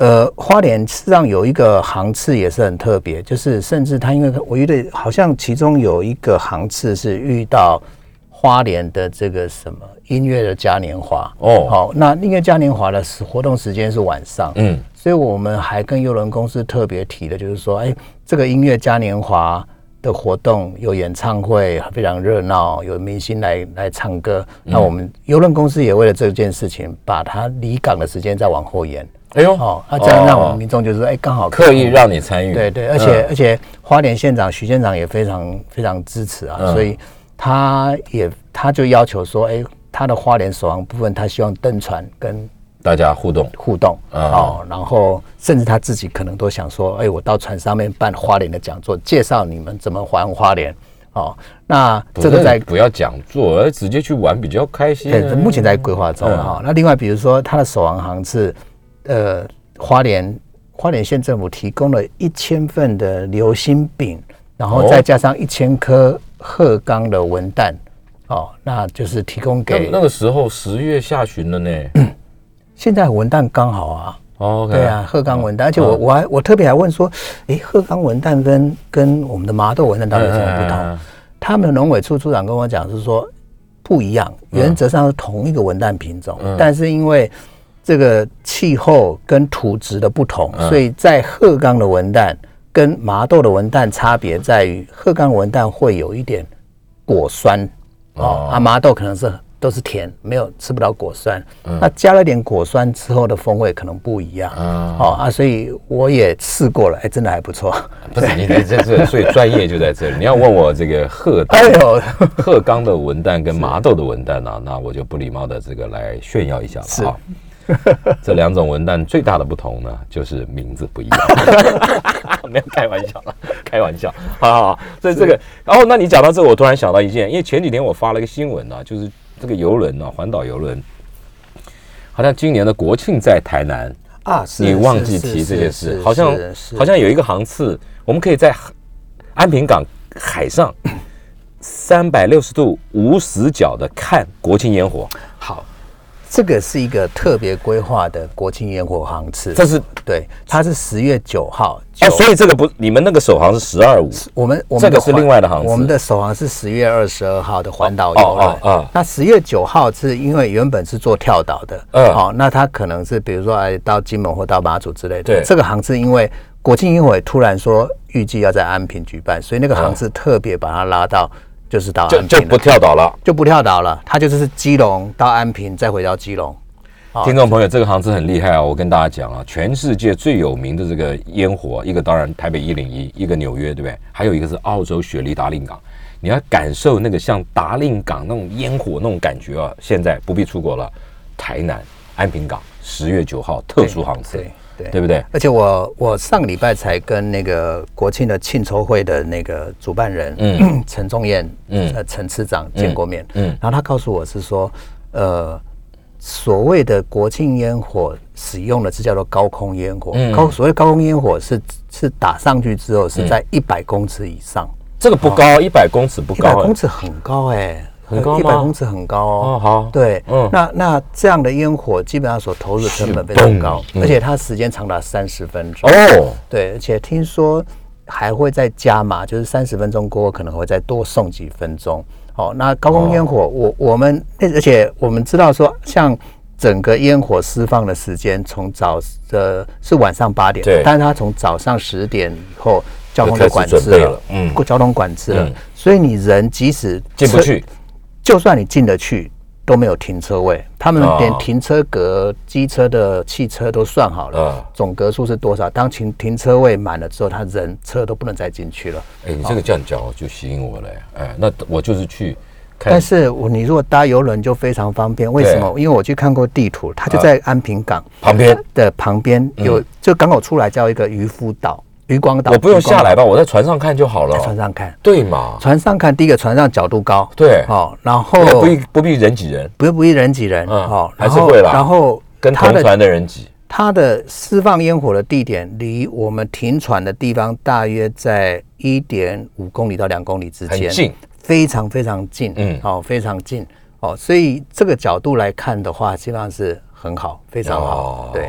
呃，花莲事实上有一个航次也是很特别，就是甚至它因为我觉得好像其中有一个航次是遇到花莲的这个什么音乐的嘉年华哦，好，那音乐嘉年华的活动时间是晚上，嗯，所以我们还跟邮轮公司特别提的，就是说，哎，这个音乐嘉年华的活动有演唱会，非常热闹，有明星来来唱歌，嗯、那我们邮轮公司也为了这件事情，把它离港的时间再往后延。哎呦，哦，那、啊、这样让我们民众就是说，哎，刚好刻意让你参与， 对对，而且、嗯、而且花莲县长徐县长也非常非常支持啊，嗯、所以他也他就要求说，哎，他的花莲首航部分，他希望登船跟大家互动互动，嗯、哦，然后甚至他自己可能都想说，哎，我到船上面办花莲的讲座，介绍你们怎么玩花莲。哦，那这个在不要讲座，直接去玩比较开心、啊。 对，目前在规划中哈、嗯哦。那另外，比如说他的首航航次。呃，花莲花莲县政府提供了一千份的流心饼，然后再加上一千颗鹤冈的文旦，哦，那就是提供给那, 那个时候十月下旬了呢。 现在文旦刚好啊， 哦， okay, 对啊，鹤冈文旦，而且我我还我特别还问说，哎，鹤冈文旦跟跟我们的麻豆文旦到底有什么不同？嗯、他们的农委处处长跟我讲是说不一样，原则上是同一个文旦品种，嗯、但是因为这个气候跟土质的不同，嗯、所以在鹤冈的文旦跟麻豆的文旦差别在于，鹤冈文旦会有一点果酸，哦，啊，麻豆可能是都是甜，没有吃不到果酸。嗯、那加了点果酸之后的风味可能不一样，嗯、哦啊，所以我也试过了，哎，真的还不错。 不是你在这，所以专业就在这里。你要问我这个鹤哎呦鹤冈的文旦跟麻豆的文旦啊，那我就不礼貌的这个来炫耀一下了啊。这两种文旦最大的不同呢，就是名字不一样。没有开玩笑了，开玩笑。好好好，所以这个，然后那你讲到这个，我突然想到一件，因为前几天我发了一个新闻啊，就是这个邮轮啊，环岛邮轮，好像今年的国庆在台南啊， 你忘记提这件事，好像好像有一个航次，我们可以在安平港海上三百六十度无死角的看国庆烟火。 好。这个是一个特别规划的国庆烟火航次， 这是对，它是十月九号哦，所以这个不，你们那个首航是十二五， 我们我们这个是另外的航次， 我们的首航是十月二十二号的环岛邮轮，哦哦哦，那十月九号是因为原本是做跳岛的，嗯，好，那它可能是比如说哎到金门或到马祖之类的，对，这个航次因为国庆烟火突然说预计要在安平举办，所以那个航次特别把它拉到。就是到安平就就不跳岛了， 就不跳岛了。它就是基隆到安平，再回到基隆。 听众朋友，这个航次很厉害啊！我跟大家讲啊，全世界最有名的这个烟火，一个当然台北一零一，一个纽约，对不对？还有一个是澳洲雪梨达令港。你要感受那个像达令港那种烟火那种感觉啊，现在不必出国了，台南安平港十月九号特殊航次。对, 对不对？ 而且我我上个礼拜才跟那个国庆的庆筹会的那个主办人嗯陈宗彦嗯呃陈次长见过面，嗯，然后他告诉我是说，呃，所谓的国庆烟火使用的是叫做高空烟火，嗯、高所谓高空烟火是是打上去之后是在一百公尺以上，嗯、 这个不高，一百、哦、公尺不高， 一百公尺很高哎、欸。 很高吗？ 一百公尺很高哦。 哦，好， 对，嗯，那那这样的烟火基本上所投入的成本非常高，嗯、而且它时间长达三十分钟。哦，对，而且听说还会再加码，就是三十分钟过后可能会再多送几分钟。哦，那高空烟火，哦、我我们而且我们知道说，像整个烟火释放的时间从早呃是晚上八点，但是它从早上十点以后交通就管制了，嗯，交通管制了，嗯、所以你人即使进不去。 就算你进得去，都没有停车位。他们连停车格、机车的汽车都算好了，哦、总格数是多少？当停停车位满了之后，他人车都不能再进去了。 哎，你这个这样讲就吸引我了。哎，那我就是去看。 但是我你如果搭邮轮就非常方便，为什么？因为我去看过地图，它就在安平港旁边的旁边有，嗯、就港口出来叫一个渔夫岛。渔光岛， 我不用下来吧？我在船上看就好了。 在船上看， 对嘛？ 船上看，第一个船上角度高， 对， 好，然后不必不必人挤人， 不不必人挤人，好， 还是会啦。 然后跟同船的人挤。 它的释放烟火的地点离我们停船的地方大约在一点五公里到两公里之间， 很近， 非常非常近，嗯，好，非常近，哦，所以这个角度来看的话，基本上是很好，非常好，对。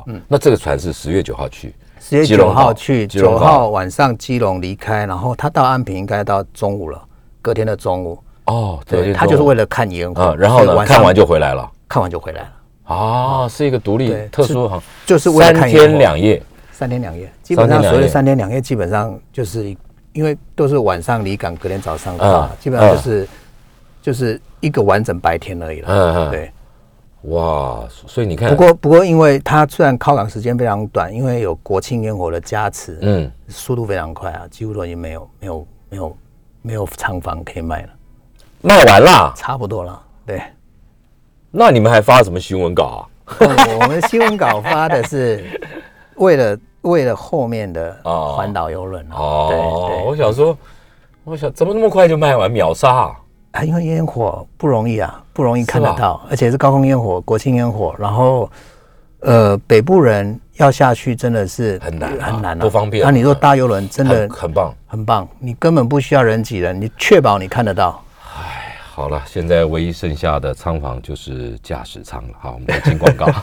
好，嗯，那这个船是十月九号去， 十月九号去，九号晚上基隆离开，然后他到安平应该到中午了，隔天的中午。 哦， 对，他就是为了看烟火， 啊，然后呢，看完就回来了， 看完就回来了。 啊，是一个独立特殊航， 就是为了看烟火， 三天两夜， 三天两夜，基本上所谓的三天两夜，基本上就是因为都是晚上离港，隔天早上到，基本上就是就是一个完整白天而已了。嗯嗯，对。 哇，所以你看， 不过不过，因为它虽然靠港时间非常短，因为有国庆烟火的加持，嗯，速度非常快啊，几乎都已经没有没有没有没有仓房可以卖了， 卖完了， 差不多了，对。 那你们还发什么新闻稿啊？ 我们新闻稿发的是为了为了后面的环岛邮轮哦。对对，我想说，我想怎么那么快就卖完，秒杀啊！ 啊，因为烟火不容易啊，不容易看得到，而且是高空烟火、国庆烟火，然后呃，北部人要下去真的是很难、啊、 很难、啊， 不方便。 那、啊、你说搭邮轮真的很, 很棒， 很棒，你根本不需要人挤人，你确保你看得到。 哎，好了，现在唯一剩下的舱房就是驾驶舱了。好，我们再进广告。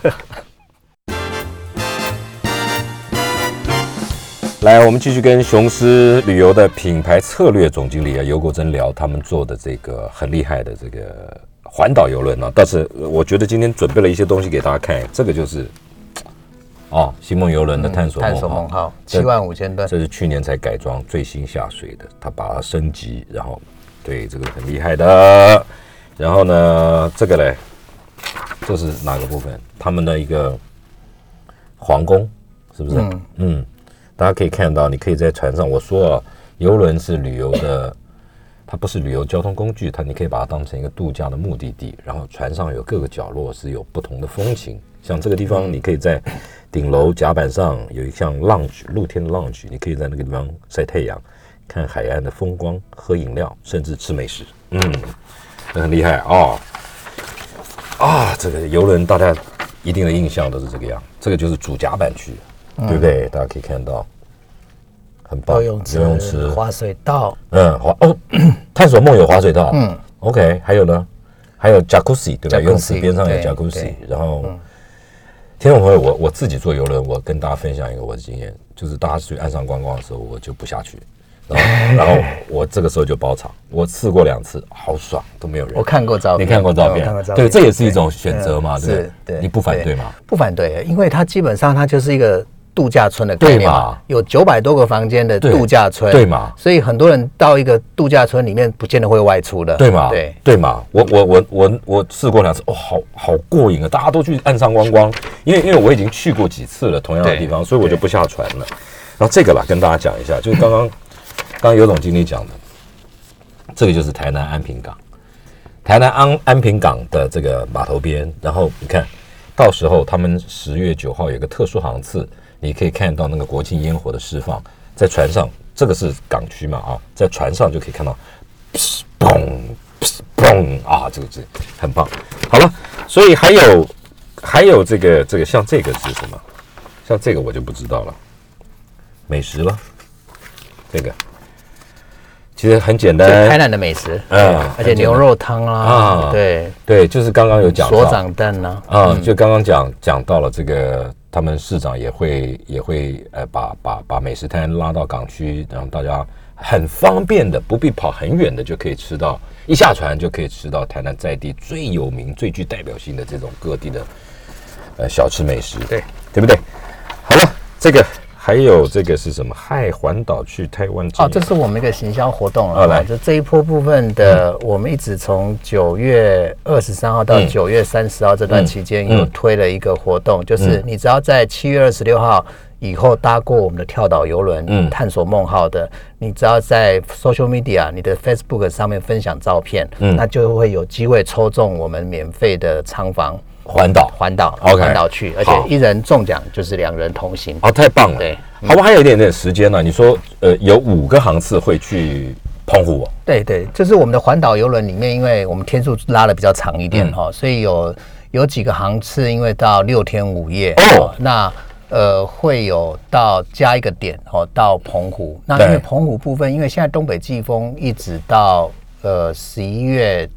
来，我们继续跟雄狮旅游的品牌策略总经理啊尤国珍聊他们做的这个很厉害的这个环岛邮轮啊。但是我觉得今天准备了一些东西给大家看，这个就是哦，星梦邮轮的探索梦号， 嗯、探索梦号七万五千吨， 这是去年才改装最新下水的，他把它升级，然后对这个很厉害的。然后呢，这个嘞，这是哪个部分？他们的一个皇宫，是不是？嗯。嗯大家可以看到，你可以在船上。我说啊，邮轮是旅游的，它不是旅游交通工具，它你可以把它当成一个度假的目的地。然后船上有各个角落是有不同的风情，像这个地方，你可以在顶楼甲板上有一项 lounge 露天的 lounge， 你可以在那个地方晒太阳，看海岸的风光，喝饮料，甚至吃美食。嗯，这很厉害哦。啊，这个邮轮大家一定的印象都是这个样，这个就是主甲板区。对不对？大家可以看到，很棒。 游泳池、游泳池、滑水道， 嗯，滑哦，探索梦有滑水道，嗯 ，OK， 还有呢，还有 Jacuzzi， 对吧？游泳池边上有 Jacuzzi， 然后，嗯、听众朋友，我我自己坐游轮，我跟大家分享一个我的经验，就是大家去岸上观光的时候，我就不下去，然后然后我这个时候就包场，我试过两次，好爽，都没有人。 我看过照片， 你看过照片？对，这也是一种选择嘛，对不对？ 对， 你不反对吗？ 不反对，因为它基本上它就是一个度假村的概念嘛，有九百多个房间的度假村， 对嘛？ 所以很多人到一个度假村里面，不见得会外出的， 对嘛？对对嘛？我我我我我试过两次，哦，好好过瘾啊！大家都去岸上观光，因为因为我已经去过几次了，同样的地方，所以我就不下船了。然后这个啦，跟大家讲一下，就是刚刚刚刚尤总经理讲的，这个就是台南安平港，台南安安平港的这个码头边，然后你看到时候他们十月九号有个特殊航次。你可以看到那个国庆烟火的释放，在船上，这个是港区嘛啊，在船上就可以看到，砰砰啊，这个字很棒。好了，所以还有还有这个这个像这个是什么？像这个我就不知道了，美食了，这个其实很简单， 台南的美食，嗯，而且牛肉汤啊，对对，就是刚刚有讲到所长蛋呢， 啊，就刚刚讲讲到了这个。他们市长也会也会呃把把把美食摊拉到港区，让大家很方便的，不必跑很远的就可以吃到，一下船就可以吃到台南在地最有名、最具代表性的这种各地的呃小吃美食， 对对不对？好了，这个还有这个是什么？嗨环岛去台湾哦，这是我们一个行销活动了。哦，来，就这一波部分的，嗯、我们一直从九月二十三号到九月三十号这段期间，有推了一个活动，嗯、就是你只要在七月二十六号以后搭过我们的跳岛邮轮、嗯、探索梦号的，你只要在 social media、你的 Facebook 上面分享照片，嗯、那就会有机会抽中我们免费的舱房。 环岛， 环岛，环岛去，而且一人中奖就是两人同行。 哦，太棒了！ 对， 好吧，还有一点点时间呢。你说，呃，有五个航次会去澎湖哦？ 对对，就是我们的环岛邮轮里面，因为我们天数拉的比较长一点哈、嗯，所以有有几个航次，因为到六天五夜哦，那呃会有到加一个点哦，到澎湖。那因为澎湖部分，因为现在东北季风一直到呃十一月。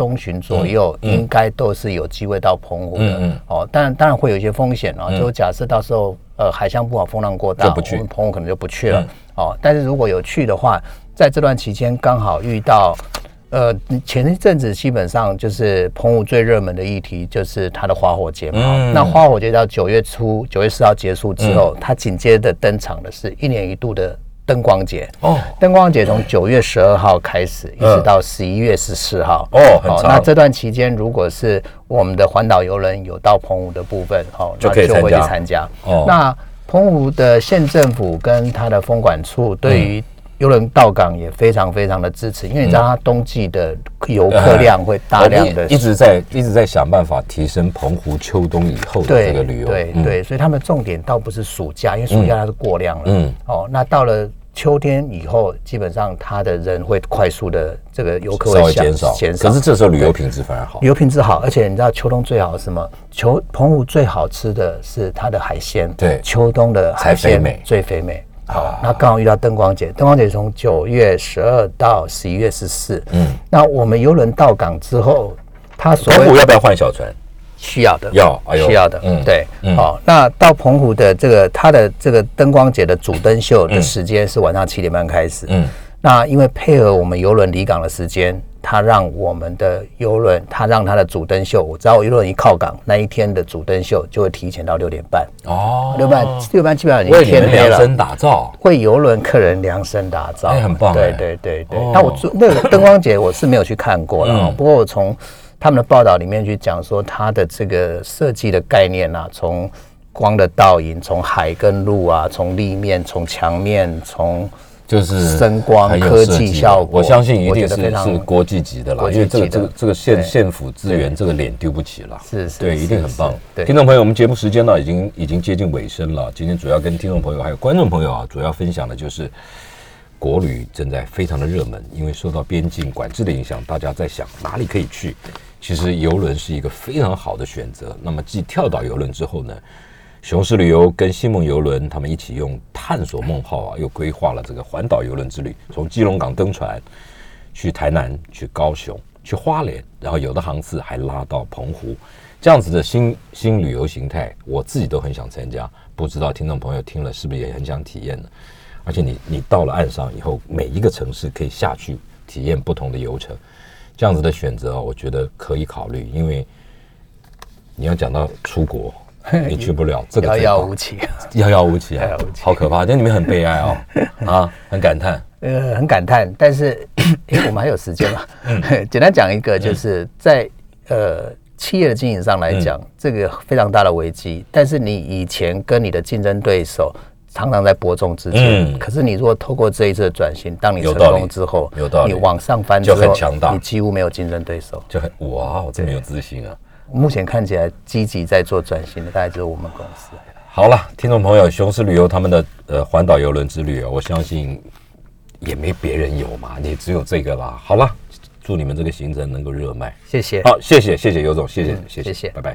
中旬左右，嗯、应该都是有机会到澎湖的。嗯嗯哦，当然当然会有一些风险啊，嗯、就假设到时候呃海象不好，风浪过大，我们澎湖可能就不去了。嗯、哦，但是如果有去的话，在这段期间刚好遇到。呃，前一阵子基本上就是澎湖最热门的议题，就是它的花火节嘛。嗯、那花火节到九月初，九月四号结束之后，嗯、它紧接着登场的是一年一度的灯光节。哦，灯光节从九月十二号开始，嗯、一直到十一月十四号。哦，很长。那这段期间，如果是我们的环岛邮人有到澎湖的部分，哦， 就可以就会去参加。哦，那澎湖的县政府跟它的风管处对于、嗯邮轮到港也非常非常的支持，因为你知道它冬季的游客量会大量的、 嗯、一直在一直在想办法提升澎湖秋冬以后的这个旅游， 对 对,、嗯、对，所以他们重点倒不是暑假，因为暑假它是过量了，嗯，哦，那到了秋天以后，基本上它的人会快速的这个游客会减少，减少。可是这时候旅游品质反而好， 旅游品质好，而且你知道秋冬最好是什么？秋澎湖最好吃的是它的海鲜，对，秋冬的海鲜最肥美。好，那刚好遇到灯光节，灯光节从九月十二到十一月十四。嗯，那我们邮轮到港之后，它所澎湖要不要换小船？ 需要的， 要，哎呦， 需要的。嗯，对。嗯、好，那到澎湖的这个它的这个灯光节的主灯秀的时间是晚上七点半开始。嗯，那因为配合我们邮轮离港的时间。他让我们的邮轮，他让他的主灯秀，我只要邮轮一靠港，那一天的主灯秀就会提前到六点半。哦，六点半，六点半基本上已经天黑了。为你们量身打造， 为邮轮客人量身打造， 哎，很棒。 对对对对。哦、那我那个灯光节我是没有去看过了，嗯、不过我从他们的报道里面去讲说，它的这个设计的概念啊，从光的倒影，从海跟陆啊，从立面，从墙面，从就是声光科技效果， 我相信一定是是国际级的啦，因为这个这个这个县县府资源这个脸丢不起了， 是是， 对，一定很棒。听众朋友，我们节目时间呢已经已经接近尾声了，今天主要跟听众朋友还有观众朋友啊，主要分享的就是国旅正在非常的热门，因为受到边境管制的影响，大家在想哪里可以去，其实邮轮是一个非常好的选择。那么继跳岛邮轮之后呢？雄狮旅游跟新梦邮轮，他们一起用探索梦号啊，又规划了这个环岛邮轮之旅，从基隆港登船，去台南、去高雄、去花莲，然后有的航次还拉到澎湖，这样子的新新旅游形态，我自己都很想参加。不知道听众朋友听了是不是也很想体验呢？而且你你到了岸上以后，每一个城市可以下去体验不同的游程，这样子的选择，我觉得可以考虑，因为你要讲到出国。你去不了，这个遥遥无期， 遥遥无期啊，好可怕！但你们很悲哀哦，啊，很感叹， 呃，很感叹。但是，因为我们还有时间嘛，简单讲一个，就是在呃企业的经营上来讲，这个非常大的危机。但是你以前跟你的竞争对手常常在伯仲之间，可是你如果透过这一次的转型，当你成功之后， 有道理， 你往上翻之后， 就很强大， 你几乎没有竞争对手， 就很哇，这么有自信啊！ 目前看起来积极在做转型的，大概只有我们公司。 好了，听众朋友，雄狮旅游他们的呃环岛邮轮之旅啊，我相信也没别人有嘛，也只有这个啦。好了，祝你们这个行程能够热卖。 谢谢。 好，谢谢谢谢尤总，谢谢、嗯、谢谢， 谢谢， 拜拜。